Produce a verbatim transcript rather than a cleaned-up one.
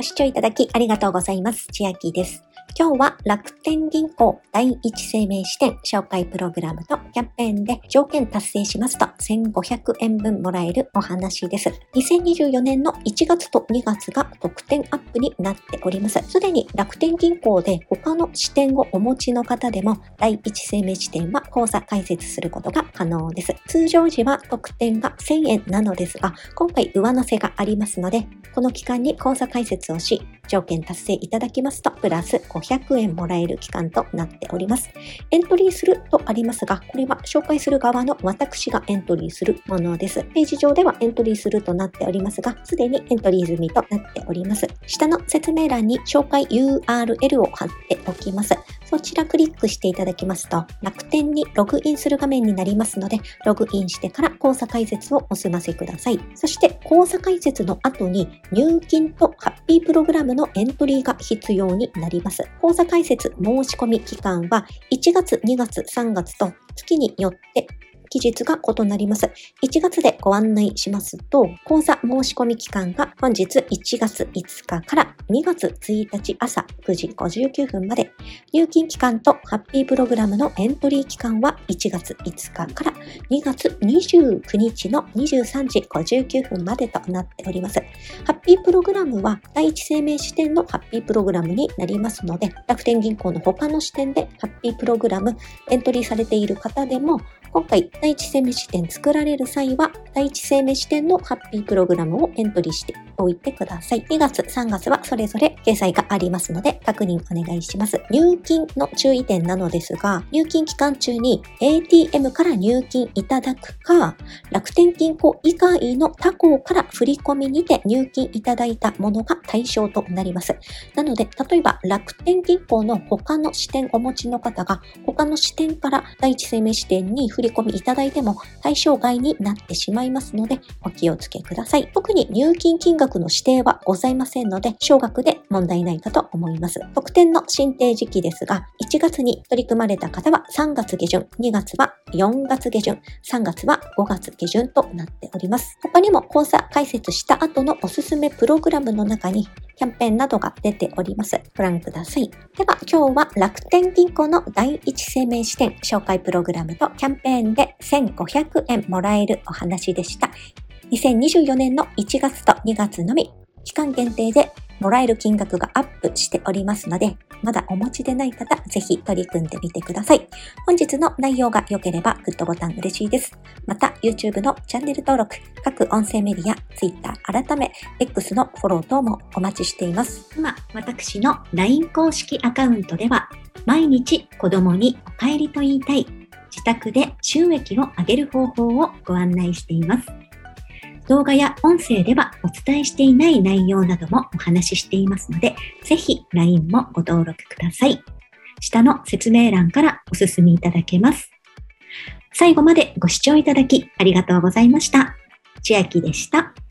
視聴いただきありがとうございます。千秋です。今日は楽天銀行第一生命支店紹介プログラムとキャンペーンで条件達成しますとせんごひゃくえんぶんもらえるお話です。にせんにじゅうよねんのいちがつとにがつが特典アップになっております。すでに楽天銀行で他の支店をお持ちの方でも第一生命支店は口座開設することが可能です。通常時は特典がせんえんなのですが、今回上乗せがありますので、この期間に口座開設をし、条件達成いただきますとプラスごひゃくえんもらえる期間となっております。エントリーするとありますが、これは紹介する側の私がエントリーするものです。ページ上ではエントリーするとなっておりますが、すでにエントリー済みとなっております。下の説明欄に紹介 ユーアールエル を貼っておきます。そちらクリックしていただきますと、楽天にログインする画面になりますので、ログインしてから口座開設をお済ませください。そして口座開設の後に入金とハッピープログラムのエントリーが必要になります。口座開設申し込み期間はいちがつ、にがつ、さんがつと月によって期日が異なります。いちがつでご案内しますと、口座申し込み期間が本日いちがついつかからにがつついたち朝くじごじゅうきゅうふんまで、入金期間とハッピープログラムのエントリー期間はいちがついつかからにがつにじゅうくにちのにじゅうさんじごじゅうきゅうふんまでとなっております。ハッピープログラムは第一生命支店のハッピープログラムになりますので、楽天銀行の他の支店でハッピープログラムエントリーされている方でも、今回第一生命支店作られる際は第一生命支店のハッピープログラムをエントリーしておいてください。にがつ、さんがつはそれぞれ掲載がありますので確認お願いします。入金の注意点なのですが、入金期間中に エーティーエム から入金いただくか、楽天銀行以外の他行から振り込みにて入金いただいたものが対象となります。なので、例えば楽天銀行の他の支店お持ちの方が他の支店から第一生命支店に振り込みいただいても対象外になってしまいますのでお気をつけください。特に入金金額の指定はございませんので少額で問題ないかと思います。特典の申請時期ですが、いちがつに取り組まれた方はさんがつげじゅん、にがつはよんがつげじゅん、さんがつはごがつげじゅんとなっております。他にも口座開設した後のおすすめプログラムの中にキャンペーンなどが出ております。ご覧ください。では今日は楽天銀行の第一生命支店紹介プログラムとキャンペーンでせんごひゃくえんもらえるお話でした。にせんにじゅうよねんのいちがつとにがつのみ期間限定でもらえる金額がアップしておりますので、まだお持ちでない方、ぜひ取り組んでみてください。本日の内容が良ければグッドボタン嬉しいです。また YouTube のチャンネル登録、各音声メディア、Twitter 改め X のフォロー等もお待ちしています。今、私の ライン 公式アカウントでは、毎日子供にお帰りと言いたい、自宅で収益を上げる方法をご案内しています。動画や音声ではお伝えしていない内容などもお話ししていますので、ぜひ ライン もご登録ください。下の説明欄からお進みいただけます。最後までご視聴いただきありがとうございました。千秋でした。